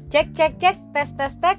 Cek tes tes tes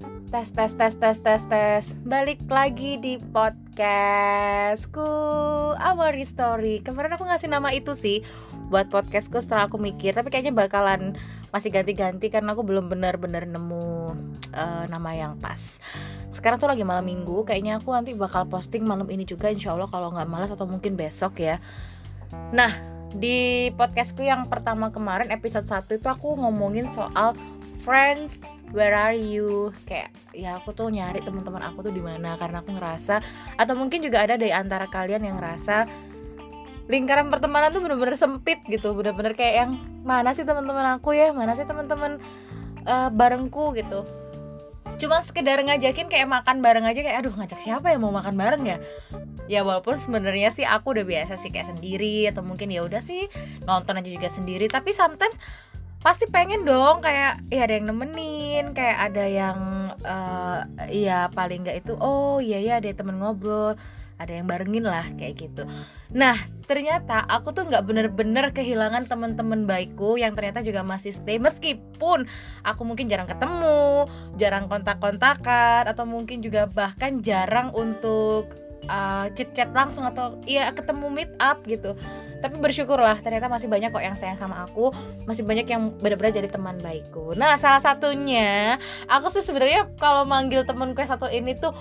tes. Balik lagi di podcastku Our Story. Kemarin aku ngasih nama itu sih buat podcastku setelah aku mikir, tapi kayaknya bakalan masih ganti-ganti karena aku belum benar-benar nemu nama yang pas. Sekarang tuh lagi malam minggu, kayaknya aku nanti bakal posting malam ini juga insya Allah kalau nggak malas atau mungkin besok ya. Nah, di podcastku yang pertama kemarin episode 1 itu aku ngomongin soal friends, where are you? Kayak ya aku tuh nyari teman-teman aku tuh di mana, karena aku ngerasa atau mungkin juga ada dari antara kalian yang ngerasa lingkaran pertemanan tuh bener-bener sempit gitu, bener-bener kayak yang mana sih teman-teman aku ya, mana sih teman-teman barengku gitu. Cuma sekedar ngajakin kayak makan bareng aja, kayak aduh ngajak siapa yang mau makan bareng ya? Ya walaupun sebenarnya sih aku udah biasa sih kayak sendiri, atau mungkin ya udah sih nonton aja juga sendiri, tapi sometimes pasti pengen dong kayak ya ada yang nemenin, kayak ada yang ya paling nggak itu iya ada temen ngobrol, ada yang barengin lah kayak gitu. Nah ternyata aku tuh nggak bener-bener kehilangan teman-teman baikku yang ternyata juga masih stay, meskipun aku mungkin jarang ketemu, jarang kontak-kontakan, atau mungkin juga bahkan jarang untuk chit-chat langsung atau ya ketemu meet up gitu. Tapi bersyukurlah ternyata masih banyak kok yang sayang sama aku, masih banyak yang benar-benar jadi teman baikku. Nah salah satunya aku sih sebenarnya kalau manggil temenku yang satu ini tuh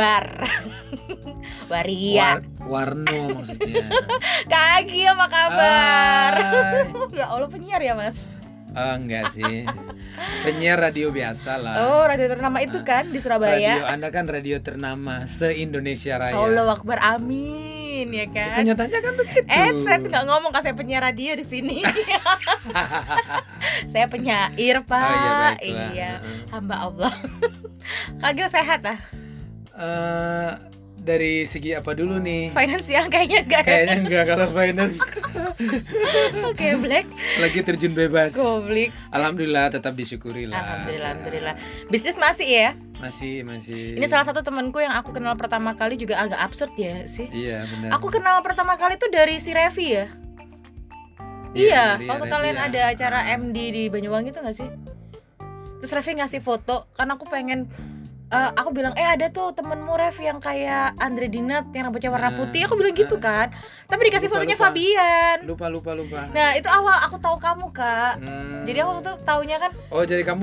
Waria. Warno maksudnya. Kak Agil apa kabar? Ya Allah, penyiar ya mas? Enggak sih, penyiar radio biasa lah. Oh, radio ternama itu kan di Surabaya. Radio Anda kan radio ternama se-Indonesia Raya. Allah Akbar, amin ya kan. Kenyataannya kan begitu. Saya nggak ngomong kalau saya penyiar radio di sini. Saya penyair pak. Oh, iya, baiklah. Iya, hamba Allah. Kak Agil sehat ah? Dari segi apa dulu nih? Finansial kayaknya enggak. Kayaknya enggak kalau finance. Oke, Black. Lagi terjun bebas. Goblik. Alhamdulillah, tetap disyukuri lah. Alhamdulillah. Bisnis masih ya? Masih. Ini salah satu temanku yang aku kenal pertama kali juga agak absurd ya sih. Iya, benar. Aku kenal pertama kali tuh dari si Revi ya. Iya, waktu kalian ada acara MD di Banyuwangi tuh nggak sih? Terus Revi ngasih foto, karena aku pengen aku bilang ada tuh temenmu Rev yang kayak Andre Dinat yang rambutnya warna putih, aku bilang gitu kan, tapi dikasih fotonya Fabian. Lupa. Nah itu awal aku tahu kamu kak. Jadi aku tuh taunya kan. Oh jadi kamu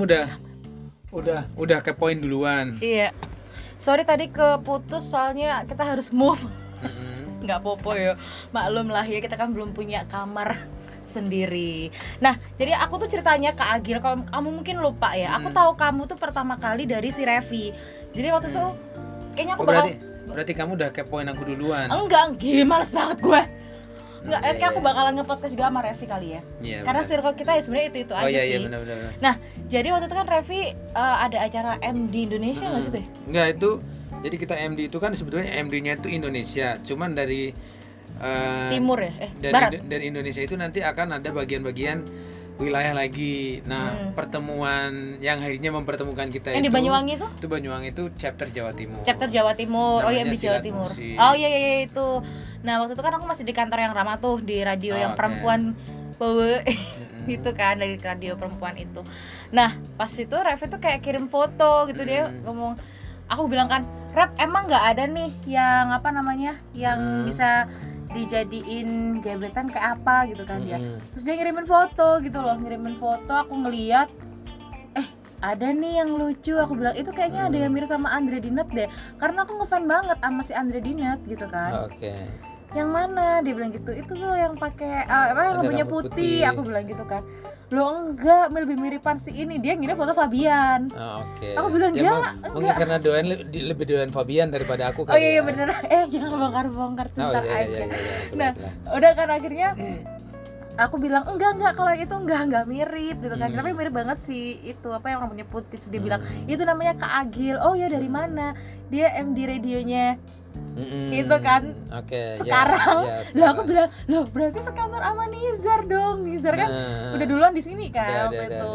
udah ke poin duluan. Iya. Sorry tadi keputus soalnya kita harus move. Nggak popo ya, maklum lah ya, kita kan belum punya kamar sendiri. Nah, jadi aku tuh ceritanya ke Agil, kalau kamu mungkin lupa ya, aku tahu kamu tuh pertama kali dari si Revi. Jadi waktu itu kayaknya aku berarti kamu udah kepoin aku duluan. Enggak, males banget gue. Enggak, kayak aku bakalan nge-podcast juga sama Revi kali ya. Iya, karena bener. circle kita ya sebenarnya itu aja sih. Iya, benar. Nah, jadi waktu itu kan Revi ada acara MD Indonesia nggak sih deh? Enggak, itu jadi kita MD itu kan sebetulnya MD-nya itu Indonesia, cuman dari timur ya? Barat. Barat. Dari Indonesia itu nanti akan ada bagian-bagian wilayah lagi. Nah, pertemuan yang akhirnya mempertemukan kita yang itu. Yang di Banyuwangi itu? Itu Banyuwangi itu chapter Jawa Timur. Oh iya, di Jawa Timur. Musik. Oh iya itu. Nah, waktu itu kan aku masih di kantor yang ramah tuh, di radio yang perempuan bawa gitu kan, dari radio perempuan itu. Nah, pas itu Rev itu kayak kirim foto gitu, dia ngomong, aku bilang kan, Rev emang nggak ada nih yang apa namanya, yang bisa dijadiin gebetan kayak apa gitu kan dia. Terus dia ngirimin foto gitu loh, aku ngeliat ada nih yang lucu, aku bilang itu kayaknya ada yang mirip sama Andre Dinat deh, karena aku ngefan banget sama si Andre Dinat gitu kan. Yang mana? Dia bilang gitu, itu tuh yang pakai yang rambutnya putih. Aku bilang gitu kan, lo enggak, lebih miripan si ini. Dia ngirim foto Fabian. Aku bilang enggak. Mungkin karena lebih doyan Fabian daripada aku Oh kali. iya bener. Jangan bongkar aja. Iya, nah, udah kan akhirnya aku bilang enggak kalau itu enggak mirip gitu kan. Tapi mirip banget sih itu apa yang rambutnya putih. Terus dia bilang itu namanya Kak Agil. Oh ya dari mana? Dia MD radionya. Itu kan. Sekarang aku bilang, loh berarti sekantor sama Nizar dong. Nizar kan udah duluan di sini kan waktu itu.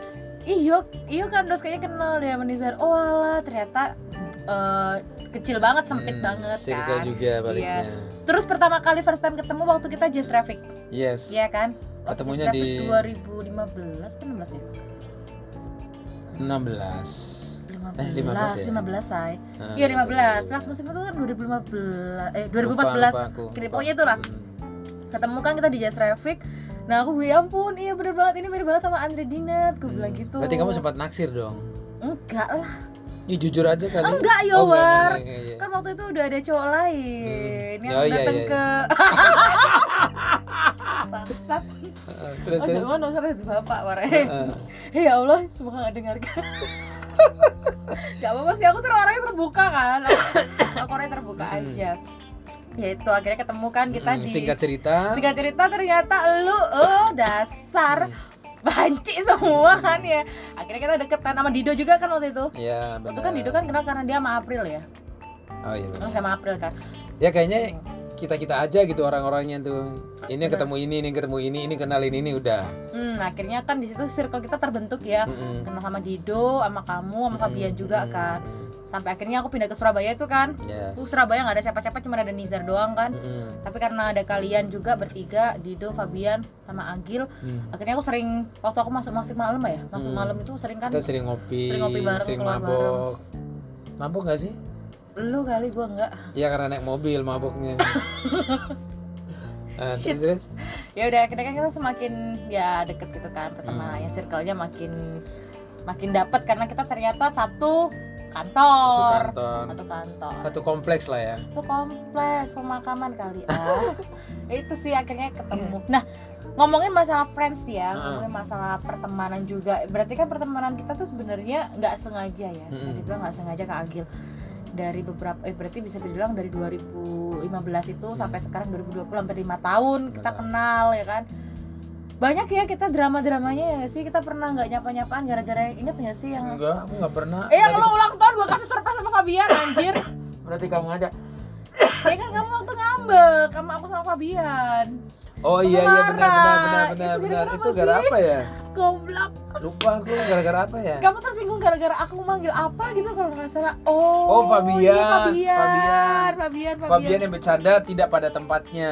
Iyo kan dos kayaknya kenal deh sama Nizar. Oh alah, ternyata kecil banget, sempit banget kan. Circle juga baliknya. Terus pertama kali first time ketemu waktu kita Just Traffic. Yes. Iya kan? Ketemunya di 2015 kan 16 ya? 16 15 say. Nah, Iya 15. Lah musim itu kan 2014. Pokoknya itulah. Ketemu kan kita di Jazz Traffic. Nah aku ya ampun, iya bener banget, ini mirip banget sama Andre Dinat. Gue bilang gitu. Berarti kamu sempat naksir dong? Enggak lah. Ya jujur aja kali. Enggak Yowar. Iya. Kan waktu itu udah ada cowok lain yang datang ke bangsat. Terus. Jangan dong itu bapak warna. Ya Allah, semoga gak dengarkan. Gak apa-apa sih, aku tuh orangnya terbuka kan. Aku orangnya terbuka aja. Ya itu akhirnya ketemu kan kita di Singkat cerita ternyata lu dasar banci semua kan ya. Akhirnya kita deket kan sama Dido juga kan waktu itu. Iya benar. Waktu kan Dido kan kenal karena dia sama April ya. Oh iya benar. Sama April kan. Ya kayaknya kita aja gitu orang-orangnya tuh. Ini ketemu ini kenalin ini udah. Akhirnya kan di situ circle kita terbentuk ya. Kenal sama Dido, sama kamu, sama Fabian juga kan. Sampai akhirnya aku pindah ke Surabaya itu kan. Surabaya nggak ada siapa-siapa, cuma ada Nizar doang kan. Tapi karena ada kalian juga bertiga, Dido, Fabian, sama Agil, akhirnya aku sering waktu aku masuk malam ya. Masuk malam itu sering kan. Kita sering ngopi bareng, sering keluar mabok. Mabok nggak sih? Lu kali, gua enggak. Iya karena naik mobil maboknya. Terus Ya udah akhirnya kan kita semakin ya deket gitu kan, pertemanannya circle-nya makin dapet karena kita ternyata satu kantor. Satu kompleks lah ya. Satu kompleks pemakaman kali itu sih akhirnya ketemu. Nah, ngomongin masalah friends ya, ngomongin masalah pertemanan juga. Berarti kan pertemanan kita tuh sebenarnya nggak sengaja ya. Bisa dibilang nggak sengaja Kak Agil. Dari beberapa berarti bisa dibilang dari 2015 itu sampai sekarang 2020 hampir 5 tahun kita kenal ya kan. Banyak ya kita drama-dramanya ya sih. Kita pernah nggak nyapa-nyapaan gara-gara inget nggak sih yang enggak, aku nggak pernah. Yang lo ulang tahun gue kasih surprise sama Fabian anjir. Berarti kamu aja. Ya kan kamu waktu ngambek sama aku sama Fabian. Oh iya benar. Itu gara apa ya? Goblok. Lupa aku gara-gara apa ya? Kamu tersinggung gara-gara aku manggil apa gitu kalau nggak salah. Fabian. Iya, Fabian yang bercanda tidak pada tempatnya.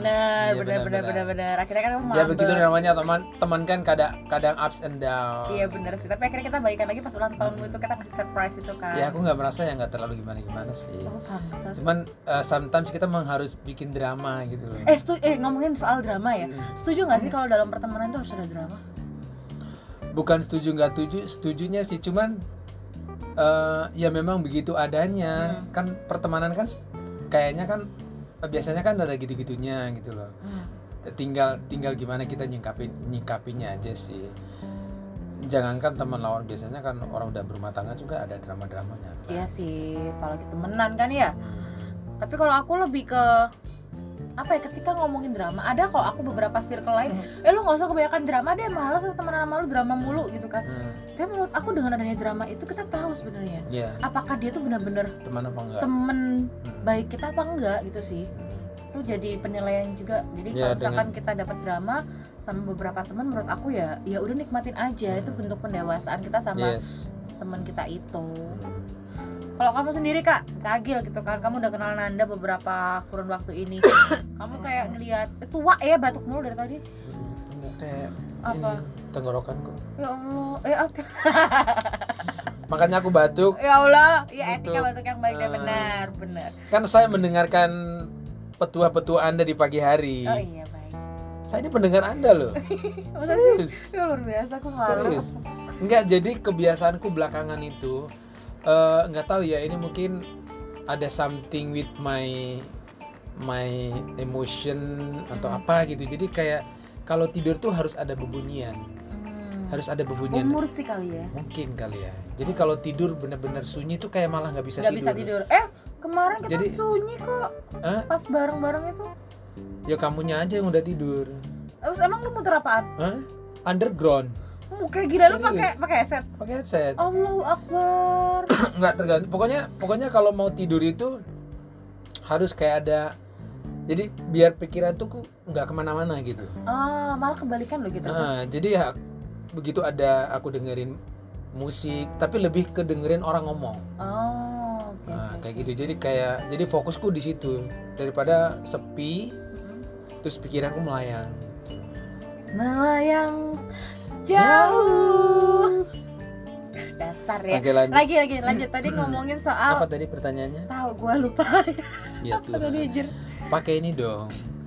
Benar. Akhirnya kan kamu ya begitu namanya teman kan kadang ups and down. Iya benar sih. Tapi akhirnya kita baikan lagi pas ulang tahunmu itu kita kasih surprise itu kan. Ya aku nggak merasa ya nggak terlalu gimana sih. Cuman sometimes kita memang harus bikin drama gitu loh. Ngomongin soal drama ya. Setuju nggak sih kalau dalam pertemanan itu harus ada drama? Bukan setuju nggak setujunya sih, cuman ya memang begitu adanya. Kan pertemanan kan kayaknya kan biasanya kan ada gitu-gitunya gitu loh. Tinggal gimana kita nyingkapinya aja sih. Jangankan teman lawan, biasanya kan orang udah berumah tangga juga ada drama-dramanya kan? Iya sih, apalagi temenan kan ya. Tapi kalau aku lebih ke apa ya, ketika ngomongin drama ada kok aku beberapa circle lain lu nggak usah kebanyakan drama deh, malas temenan sama lu drama mulu gitu kan. Tapi menurut aku dengan adanya drama itu kita tahu sebenarnya apakah dia tuh benar-benar teman apa enggak, temen baik kita apa enggak gitu sih. Itu jadi penilaian juga. Jadi kalau misalkan kita dapat drama sama beberapa teman, menurut aku ya udah nikmatin aja. Itu bentuk pendewasaan kita sama teman kita itu. Kalau kamu sendiri Kak Agil gitu kan, kamu udah kenal Nanda beberapa kurun waktu ini. Kamu kayak ngelihat tua ya, batuk mulu dari tadi. Apa? Tenggorokanku. Ya Allah. Makanya aku batuk. Ya Allah, ya etika batuk yang baik dan benar. Kan saya mendengarkan petua-petua Anda di pagi hari. Oh iya baik. Saya ini pendengar Anda loh. Serius. Ya luar biasa, aku malu. Serius. Enggak, jadi kebiasaanku belakangan itu nggak tahu ya, ini mungkin ada something with my emotion atau apa gitu. Jadi kayak kalau tidur tuh harus ada bebunyian. Harus ada bebunyian. Umur sih kali ya. Mungkin kali ya. Jadi kalau tidur benar-benar sunyi tuh kayak malah nggak bisa tidur. Kemarin kita sunyi kok. Pas bareng-bareng itu. Ya kamunya aja yang udah tidur. Terus emang lu muter apaan? Underground. Kayak gila. Lu pakai headset. Pakai headset. Allahu Akbar. Nggak tergantung. Pokoknya kalau mau tidur itu harus kayak ada. Jadi biar pikiran tuh nggak kemana-mana gitu. Malah kebalikan loh gitu. Jadi ya begitu ada aku dengerin musik, tapi lebih ke dengerin orang ngomong. Kayak gitu. Jadi fokusku di situ daripada sepi, terus pikiranku melayang jauh Dasar ya. Oke, lanjut. Lanjut. Tadi ngomongin soal Apa tadi pertanyaannya? tahu gua lupa. Ya Apa tadi, Tuhan. Jir? Pakai ini dong.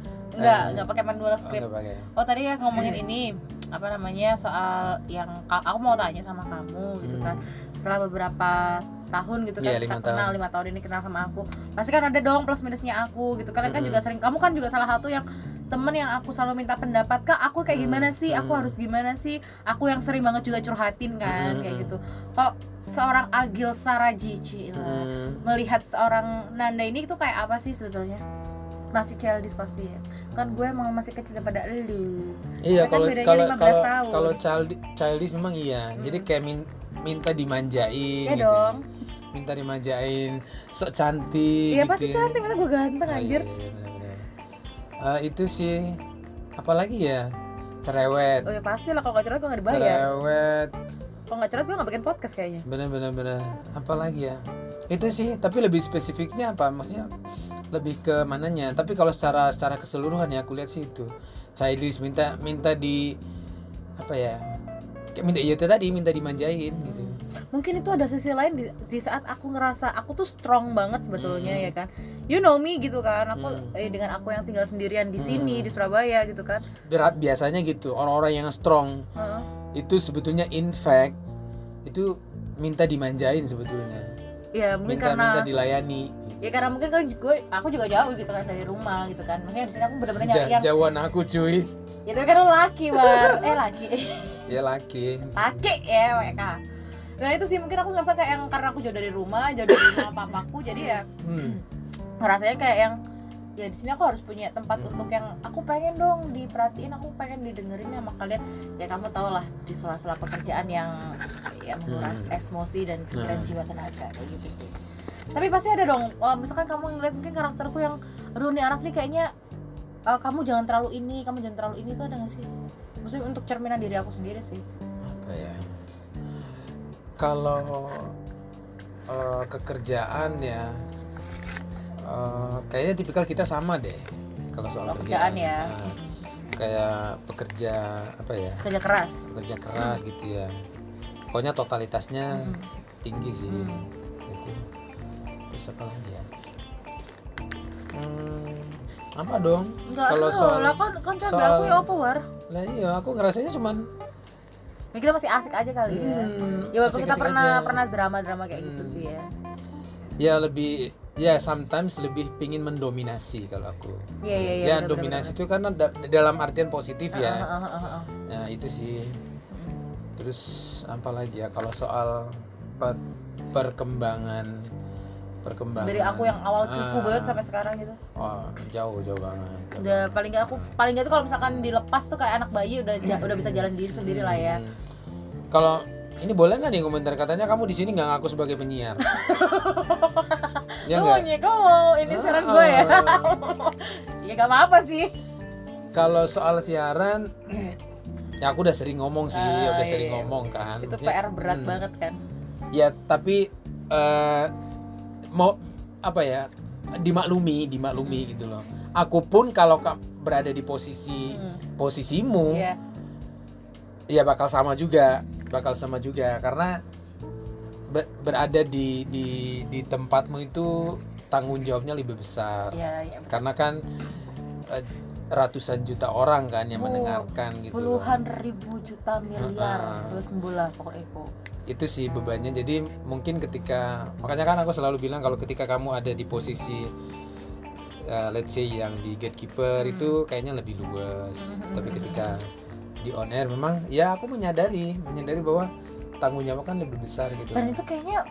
Enggak pakai manual script. Enggak pakai. Oh, tadi ya ngomongin ini apa namanya soal yang aku mau tanya sama kamu gitu kan. Setelah beberapa tahun gitu kan Iya, kita 5 kenal, 5 tahun ini kenal sama aku. Pasti kan ada dong plus minusnya aku gitu. Kalian kan juga sering, kamu kan juga salah satu yang temen yang aku selalu minta pendapat, Kak, aku kayak gimana sih? Aku harus gimana sih? Aku yang sering banget juga curhatin kan kayak gitu. Kalau seorang Agil Sarajici melihat seorang Nanda ini tuh kayak apa sih sebetulnya? Masih childish pasti ya. Kan gue emang masih kecil daripada elu. Iya, Kan bedanya 15 tahun. kalau childish memang iya. Jadi kayak minta dimanjain Iya gitu. dong. Minta dimanjain, sok cantik. Iya gitu pasti ya. cantik, masa gue ganteng Oh, anjir. Iya, benar-benar. Itu sih apalagi ya? Cerewet. Oh ya pasti lah, kalau gak cerewet gue gak dibayar. Cerewet. Kalau gak cerewet gue gak bikin podcast kayaknya. Benar. Apalagi ya? Itu sih, tapi lebih spesifiknya apa? Maksudnya lebih ke mananya. Tapi kalau secara keseluruhan ya aku lihat sih itu childish, minta di apa ya? Kayak minta dimanjain gitu. Mungkin itu ada sisi lain di saat aku ngerasa aku tuh strong banget sebetulnya ya kan. You know me gitu kan. Aku dengan aku yang tinggal sendirian di sini di Surabaya gitu kan. Biasanya gitu, orang-orang yang strong itu sebetulnya in fact itu minta dimanjain sebetulnya. Ya mungkin karena minta dilayani. Ya karena mungkin kan aku juga jauh gitu kan dari rumah gitu kan. Maksudnya di sini aku benar-benar nyari yang jauhan aku cuy. Ya tapi kan lu laki, War. Laki. Ya laki. Laki ya, WK. Nah itu sih mungkin aku ngerasa kayak yang karena aku jauh dari rumah papaku, jadi ya ngerasanya kayak yang ya di sini aku harus punya tempat untuk yang aku pengen dong diperhatiin, aku pengen didengerin sama kalian. Ya kamu tau lah di sela-sela pekerjaan yang menguras emosi dan pikiran jiwa tenaga kayak gitu sih. Tapi pasti ada dong, misalkan kamu ngeliat mungkin karakterku yang aduh nih anak nih kayaknya kamu jangan terlalu ini tuh ada gak sih? Maksudnya untuk cerminan diri aku sendiri sih. Apa ya? Kalau kekerjaan ya kayaknya tipikal kita sama deh kalau soal kerjaan ya. Kayak pekerja apa ya? Kerja keras gitu ya. Pokoknya totalitasnya tinggi sih. Itu. Terus apa lagi ya? Apa dong? Kalau soal kan aku ya apa War? Lah iya, aku ngerasanya cuman kita masih asik aja kali ya. Ya walaupun kita pernah drama-drama kayak gitu sih ya. Ya lebih ya sometimes lebih pingin mendominasi kalau aku. Iya. Ya dominasi itu karena dalam artian positif ya. Nah itu sih. Terus apa lagi ya kalau soal perkembangan dari aku yang awal cupu banget sampai sekarang gitu. Oh, jauh banget. Udah paling nggak tuh kalau misalkan dilepas tuh kayak anak bayi udah bisa jalan diri sendiri lah ya. Kalau ini boleh nggak nih komentar, katanya kamu di sini nggak ngaku sebagai penyiar? Ya nggak? Kamu mau ini siaran gue ya? Ya nggak apa-apa sih. Kalau soal siaran, ya aku udah sering ngomong sih, sering ngomong kan. Itu PR berat banget kan. Ya tapi mau apa ya, dimaklumi gitu loh. Aku pun kalau berada di posisimu, ya bakal sama juga karena berada di tempatmu itu tanggung jawabnya lebih besar. Karena kan ratusan juta orang kan yang mendengarkan gitu. Puluhan ribu juta miliar terus bola pokoknya itu sih bebannya. Jadi mungkin makanya kan aku selalu bilang kalau ketika kamu ada di posisi let's say yang di gatekeeper itu kayaknya lebih luas. Tapi ketika di on air memang ya aku menyadari bahwa tanggung jawab kan lebih besar gitu. Dan itu kayaknya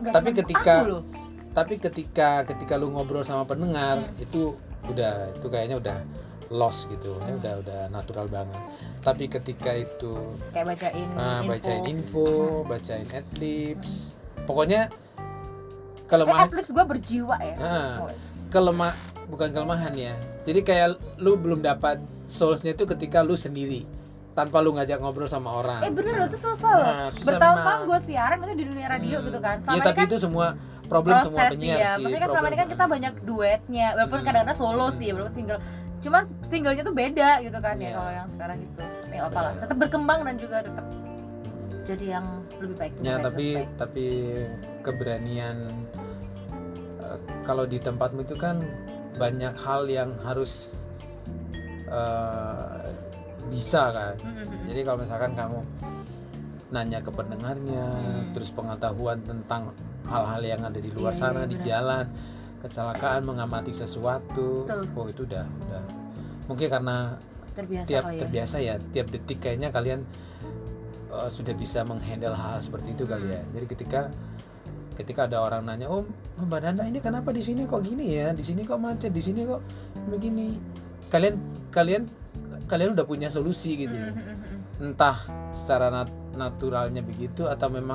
tapi ketika lu ngobrol sama pendengar itu kayaknya udah lost gitu, udah natural banget. Tapi ketika itu kayak bacain info, bacain adlibs, pokoknya kelemahan. Adlibs gue berjiwa ya. Bukan kelemahan ya. Jadi kayak lu belum dapat soulsnya itu ketika lu sendiri, tanpa lu ngajak ngobrol sama orang. Bener loh, itu susah loh. Bertahun-tahun gue siaran, maksudnya di dunia radio gitu kan. Iya tapi kan itu semua problem semua penyiar ya. sih. Maksudnya kan selama ini kan kita banyak duetnya, walaupun kadang-kadang solo sih, walaupun single. Cuman singlenya tuh beda gitu kan ya kalau yang sekarang gitu. Ya apalah, tetap berkembang dan juga tetap jadi yang lebih baik. Ya, tapi keberanian kalau di tempatmu itu kan banyak hal yang harus bisa kan. Jadi kalau misalkan kamu nanya ke pendengarnya, terus pengetahuan tentang hal-hal yang ada di luar sana, di jalan, kecelakaan, mengamati sesuatu, oh itu udah mungkin karena terbiasa ya, tiap detik kayaknya kalian sudah bisa menghandle hal seperti itu kali ya. Jadi ketika ada orang nanya, oh Mbak Nanda ini kenapa di sini kok gini ya, di sini kok macet, di sini kok begini, kalian udah punya solusi gitu. Entah secara naturalnya begitu atau memang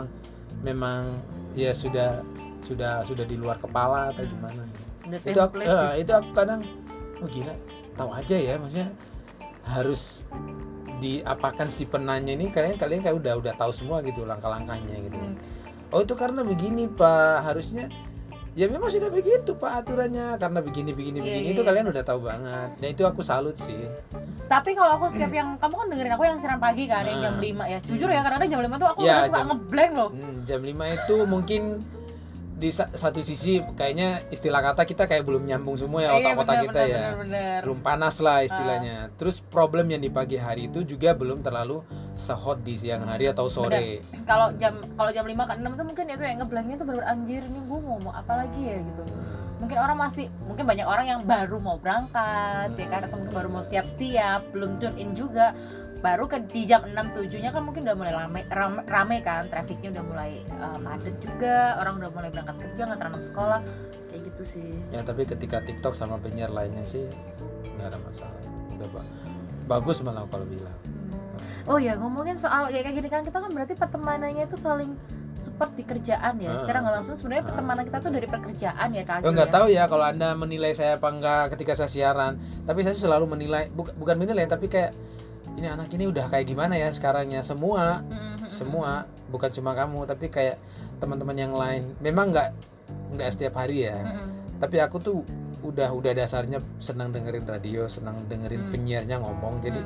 ya sudah di luar kepala atau gimana. Itu aku kadang gila, tahu aja ya, maksudnya harus diapakan si penanya ini, kalian kayak udah tahu semua gitu langkah-langkahnya gitu. Oh itu karena begini Pak, harusnya ya memang sudah begitu Pak aturannya, karena begini itu kalian udah tahu banget. Dan itu aku salut sih. Tapi kalau aku setiap yang kamu kan dengerin aku yang siaran pagi kan, yang jam 5 ya. Jujur ya, kadang-kadang jam 5 tuh aku udah suka ngeblank loh. Jam 5 itu mungkin di satu sisi kayaknya istilah kata kita kayak belum nyambung semua ya, otak-otak kita ya. Bener. Belum panas lah istilahnya. Terus problem yang di pagi hari itu juga belum terlalu sehot di siang hari atau sore. Kalau jam 5 ke 6 tuh mungkin itu yang ngeblanknya tuh bener-bener anjir, ini gue ngomong apa lagi ya gitu. Mungkin banyak orang yang baru mau berangkat ya kan, atau mungkin baru mau siap-siap, belum tune in juga. Baru di jam 6-7-nya kan mungkin udah mulai rame kan, trafiknya udah mulai padat juga, orang udah mulai berangkat kerja, ngantar anak sekolah, kayak gitu sih. Ya tapi ketika TikTok sama penyiar lainnya sih nggak ada masalah, udah bagus malah kalau bilang. Oh ya, ngomongin soal kayak gini kan, kita kan berarti pertemanannya itu saling support di kerjaan ya. Secara nggak langsung sebenarnya pertemanan kita tuh dari pekerjaan ya Kak. Nggak tahu ya kalau Anda menilai saya apa enggak ketika saya siaran, tapi saya selalu menilai, bukan menilai tapi kayak ini anak ini udah kayak gimana ya sekarangnya, semua bukan cuma kamu tapi kayak teman-teman yang lain. Memang nggak setiap hari ya, tapi aku tuh udah dasarnya senang dengerin radio, senang dengerin penyiarnya ngomong. Jadi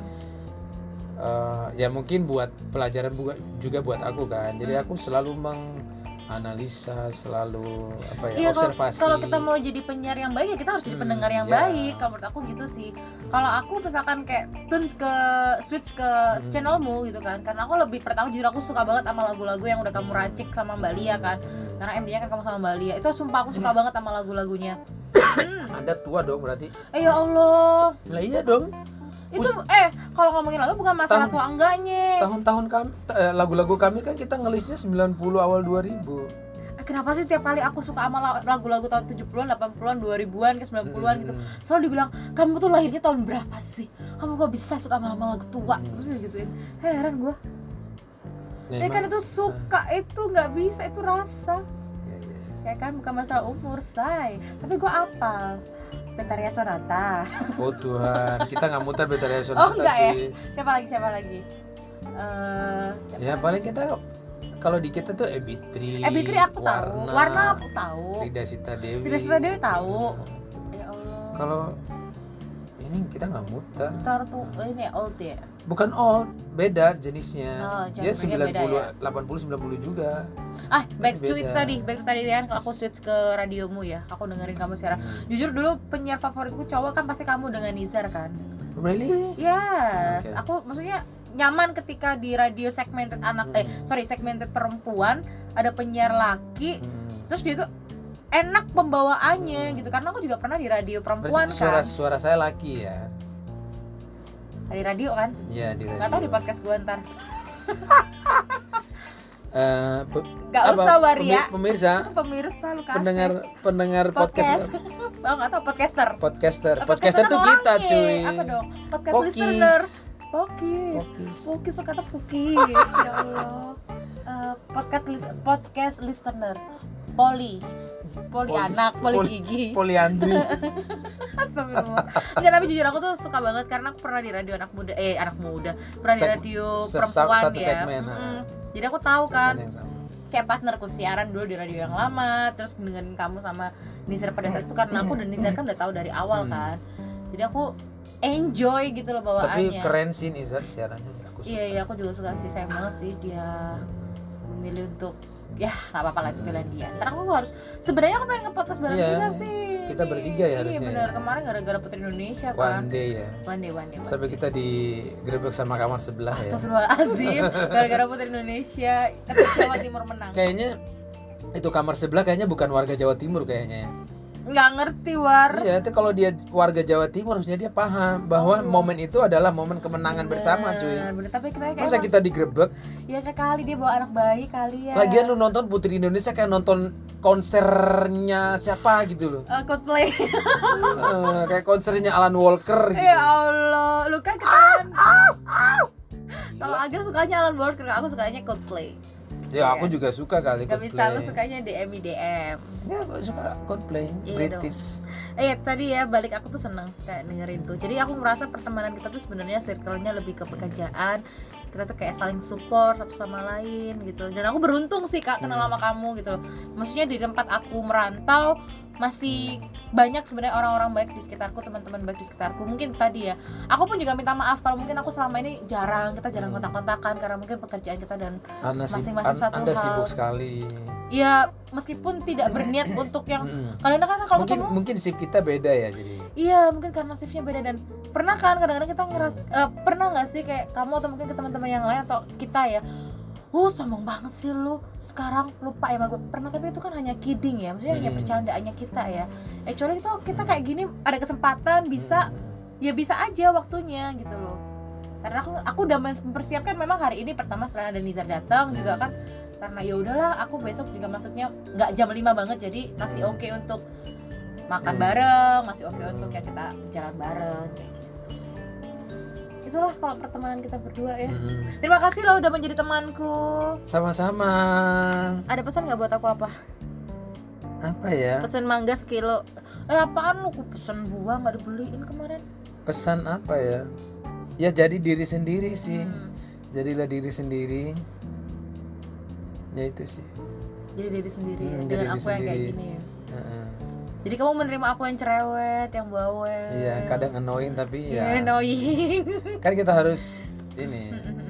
ya mungkin buat pelajaran juga buat aku kan. Jadi aku selalu menganalisa, selalu observasi. Kalau kita mau jadi penyiar yang baik ya kita harus jadi pendengar yang baik. Kalau menurut aku gitu sih. Kalau aku misalkan kayak switch ke channelmu gitu kan, karena aku jujur aku suka banget sama lagu-lagu yang udah kamu racik sama Mbak Lia kan. Karena MD-nya kan kamu sama Mbak Lia. Itu sumpah aku suka banget sama lagu-lagunya. Anda tua dong berarti. Ya Allah. Lah iya dong. Itu kalau ngomongin lagu bukan masalah tua enggaknya. Tahun-tahun kami lagu-lagu kami kan kita ngelisnya 90 awal 2000. Kenapa sih tiap kali aku suka sama lagu-lagu tahun 70-an, 80-an, 2000-an, ke 90-an gitu, selalu dibilang, "Kamu tuh lahirnya tahun berapa sih? Kamu kok bisa suka sama lagu tua?" Terus gituin. Heran gua. Ya kan itu suka itu nggak bisa, itu rasa. Ya kan bukan masalah umur, say. Tapi gua apal Betharia Sonata. Oh Tuhan, kita nggak muter Betharia Sonata. Oh enggak sih. Ya? Siapa lagi? Ya paling kita kalau di kita tuh Ebitri aku tahu. Warna aku tahu. Rida Sita Dewi tahu. Ya Allah. Kalau ini kita nggak muter. Muter tuh ini old ya. Bukan old, beda jenisnya. Dia 90, ya? 80, 90 juga. Back to tadi kan, kalau aku switch ke radiomu ya, aku dengerin kamu siaran. Jujur dulu penyiar favoritku cowok kan pasti kamu dengan Nizar kan. Really? Yes. Okay. Aku maksudnya nyaman ketika di radio segmented segmented perempuan ada penyiar laki, terus dia tuh enak pembawaannya gitu, karena aku juga pernah di radio perempuan. Berarti suara saya laki ya. Di radio kan? Iya, di radio. Nggak tahu di podcast gue ntar. Gak usah Waria. Pemirsa lu kasih. Pendengar podcast. Oh nggak tahu podcaster tuh kita cuy. Apa dong? Podcast listener. Pokis lo kata pukis. Ya Allah. Podcast listener. Poli anak, poli gigi, poliandri. Enggak, tapi jujur aku tuh suka banget karena aku pernah di radio anak muda, pernah di radio perempuan satu ya. Segmen, jadi aku tahu kan, kayak partnerku siaran dulu di radio yang lama, terus dengerin kamu sama Nizar pada saat itu karena aku dan Nizar kan udah tahu dari awal kan. Jadi aku enjoy gitu loh bawaannya. Tapi keren sih Nizar siarannya, aku suka. Iya aku juga suka sih, sayang banget sih dia memilih untuk ya nggak apa-apa lah belain dia. Ntar aku harus, sebenarnya aku pengen nge-podcast bareng dia sih. Kita bertiga ya harusnya. Iya benar, kemarin gara-gara Putri Indonesia kan. One day ya. One day. Sampai kita digerebek sama kamar sebelah ya. Astagfirullahaladzim, gara-gara Putri Indonesia tapi Jawa Timur menang. Kayaknya itu kamar sebelah kayaknya bukan warga Jawa Timur kayaknya ya. Nggak ngerti War. Iya, itu kalau dia warga Jawa Timur harusnya dia paham bahwa momen itu adalah momen kemenangan bersama cuy. Bener, tapi kita kayak Masa kita digerebek? ya kayak kali dia bawa anak bayi kali ya. Lagian lu nonton Putri Indonesia kayak nonton konsernya siapa gitu loh. Coldplay. Kayak konsernya Alan Walker gitu. Ya Allah, lu kan ketahuan. Kalau Agil sukanya Alan Walker, aku sukanya Coldplay. Ya aku juga suka kali Gak Coldplay. bisa, lu sukanya DM. Ya aku suka Coldplay, British. Tadi ya balik aku tuh seneng kayak dengerin tuh. Jadi aku merasa pertemanan kita tuh sebenarnya circle-nya lebih ke pekerjaan. Kita tuh kayak saling support satu sama lain gitu. Dan aku beruntung sih Kak kenal sama kamu gitu loh. Maksudnya di tempat aku merantau masih banyak sebenarnya orang-orang baik di sekitarku, teman-teman baik di sekitarku. Mungkin tadi ya, aku pun juga minta maaf kalau mungkin aku selama ini jarang kontak-kontakan karena mungkin pekerjaan kita dan masing-masing satu hal. Anda sibuk sekali. Iya, meskipun tidak berniat untuk yang kadang-kadang kalau mungkin shift kita beda ya jadi. Iya, mungkin karena shiftnya beda. Dan pernah kan kadang-kadang kita pernah nggak sih kayak kamu atau mungkin ke teman-teman yang lain atau kita ya, sombong banget sih lu, sekarang lupa ya sama gue. Pernah, tapi itu kan hanya kidding ya, maksudnya hanya bercandaannya kita ya. Kecuali itu kita kayak gini ada kesempatan bisa ya bisa aja waktunya gitu loh. Karena aku udah mempersiapkan memang hari ini pertama setelah ada Nizar datang juga kan, karena ya udahlah aku besok juga masuknya nggak jam 5 banget, jadi masih oke untuk makan bareng, masih oke untuk ya kita jalan bareng kayak gitu sih. Itulah kalau pertemanan kita berdua ya. Terima kasih loh udah menjadi temanku. Sama-sama. Ada pesan nggak buat aku apa? Apa ya? Pesan mangga sekilo. Apaan lu? Aku pesen buah nggak dibeliin kemarin. Pesan apa ya? Ya jadi diri sendiri sih. Jadilah diri sendiri. Ya itu sih. Jadi diri sendiri dengan aku yang kayak gini ya. Jadi kamu menerima aku yang cerewet, yang bawel. Iya, kadang annoying tapi ya. Annoying. Kan kita harus ini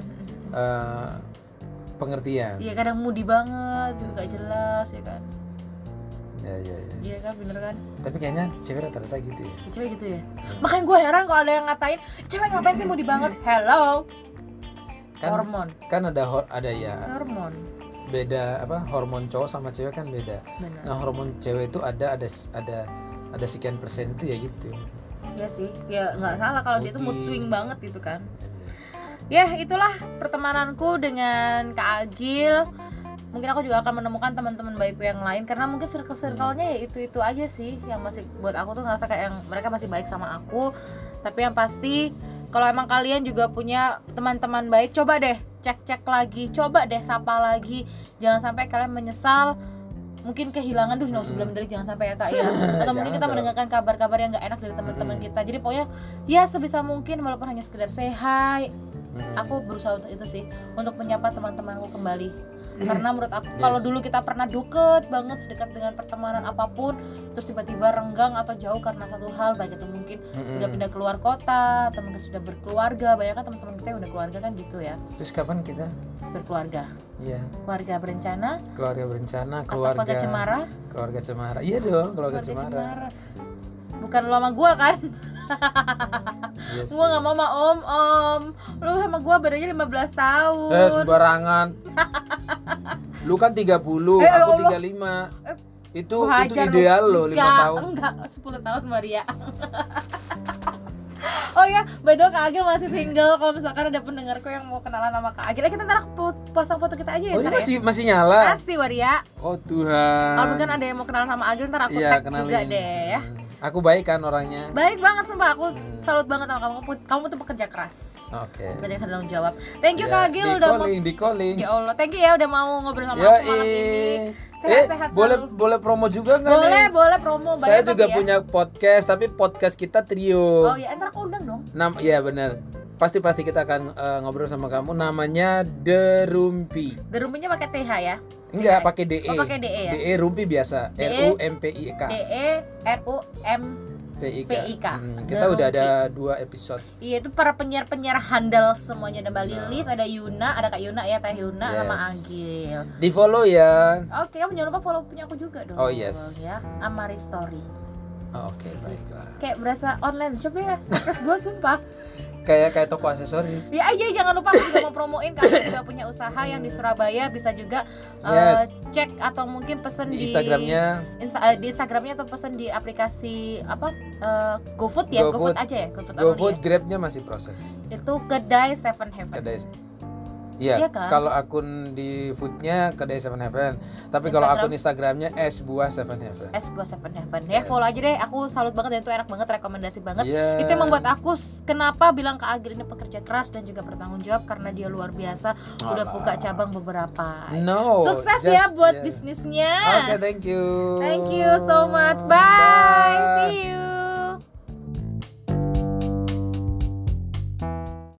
pengertian. Iya, kadang moody banget gitu, gak jelas ya kan. Ya. Iya kan, bener kan? Tapi kayaknya cewek rata-rata gitu ya. Cewek gitu ya. Makanya gue heran kalau ada yang ngatain, cewek ngapain sih moody banget? Hello. Kan, hormon. Kan ada ya. Hormon. Beda apa? Hormon cowok sama cewek kan beda. Bener. Nah, hormon cewek itu ada sekian persen itu ya gitu. Iya sih. Ya nggak salah kalau dia tuh mood swing banget gitu kan. Ya, itulah pertemananku dengan Kak Agil. Mungkin aku juga akan menemukan teman-teman baikku yang lain karena mungkin circle-nya ya itu aja sih yang masih buat aku tuh ngerasa kayak yang mereka masih baik sama aku. Tapi yang pasti kalau emang kalian juga punya teman-teman baik, coba deh cek lagi, coba deh sapa lagi. Jangan sampai kalian menyesal mungkin kehilangan sebelum dari jangan sampai ya Kak ya. Atau mungkin kita mendengarkan kabar-kabar yang gak enak dari teman-teman kita. Jadi pokoknya ya sebisa mungkin walaupun hanya sekedar say hi. Aku berusaha untuk itu sih, untuk menyapa teman-temanku kembali. Karena menurut aku kalau dulu kita pernah deket banget, sedekat dengan pertemanan apapun, terus tiba-tiba renggang atau jauh karena satu hal, baik itu mungkin udah pindah keluar kota atau mungkin sudah berkeluarga. Banyak kan teman-teman kita yang udah keluarga kan gitu ya. Terus kapan kita berkeluarga? Iya. Keluarga berencana, keluarga cemara. Keluarga cemara. Iya dong, keluarga cemara. Bukan lu sama gua kan? Yes, gua nggak mau sama om. Lu sama gua bedanya 15 tahun. Sembarangan. Lu kan 30, aku 35. Itu ideal loh, 5 tahun. Enggak, 10 tahun Maria. Oh ya, by the way Kak Agil masih single. Kalau misalkan ada pendengarku yang mau kenalan sama Kak Agil, kita ntar pasang foto kita aja ya. Oh, ini masih nyala. Masih Maria. Oh Tuhan. Kalau mungkin ada yang mau kenalan sama Agil, ntar aku tag juga deh ya. Aku baik kan orangnya. Baik banget sumpah, aku salut banget sama kamu. Kamu tuh pekerja keras. Oke. Pekerja keras tanggung jawab. Thank you Kak Agil udah di calling. Ya Allah, thank you ya udah mau ngobrol sama aku malam ini. Sehat-sehat selalu. Boleh promo juga nggak nih? Boleh promo. Saya juga punya podcast, tapi podcast kita trio. Oh iya, ntar aku undang dong. Iya benar. Pasti kita akan ngobrol sama kamu. Namanya The Rumpi. The Rumpinya pakai TH ya? Enggak, pakai DE. Oh, pakai DE ya? DE Rumpi biasa. RUMPIK. DE RUMP PIK. PIK. Kita udah ada 2 episode. Iya, itu para penyiar-penyiar handal semuanya. Ada Mbak Nah. Lilis, ada Yuna, ada Kak Yuna ya, Teh Yuna sama Yes. Agil. Di follow ya. Oke, kamu jangan lupa follow punya aku juga dong. Oh, yes. Ya, Amari Story. Oke, baiklah. Kayak berasa online shop ya, podcast gue sumpah. Kayak toko aksesoris. Ya aja, jangan lupa aku juga mau promoin, kami juga punya usaha yang di Surabaya, bisa juga Yes. cek atau mungkin pesen Di di Instagramnya. di Instagramnya atau pesen di aplikasi apa GoFood ya, GoFood. GoFood aja ya, GoFood, GoFood, only Grabnya masih proses. ya. Itu kedai Seven Heaven. Kedai. Iya, Iya kan? kalau akun di foodnya kedai Seven Heaven. Tapi kalau Instagram? akun Instagramnya es buah Seven Heaven. Es buah Seven Heaven ya, Yes. follow aja deh, aku salut banget dan itu enak banget, rekomendasi banget. Iya. Itu yang membuat aku kenapa bilang ke Agil ini pekerja keras dan juga bertanggung jawab, karena dia luar biasa, udah Alah. buka cabang beberapa. No. Sukses just- ya buat yeah. bisnisnya. Oke, thank you. Thank you so much. Bye. See you.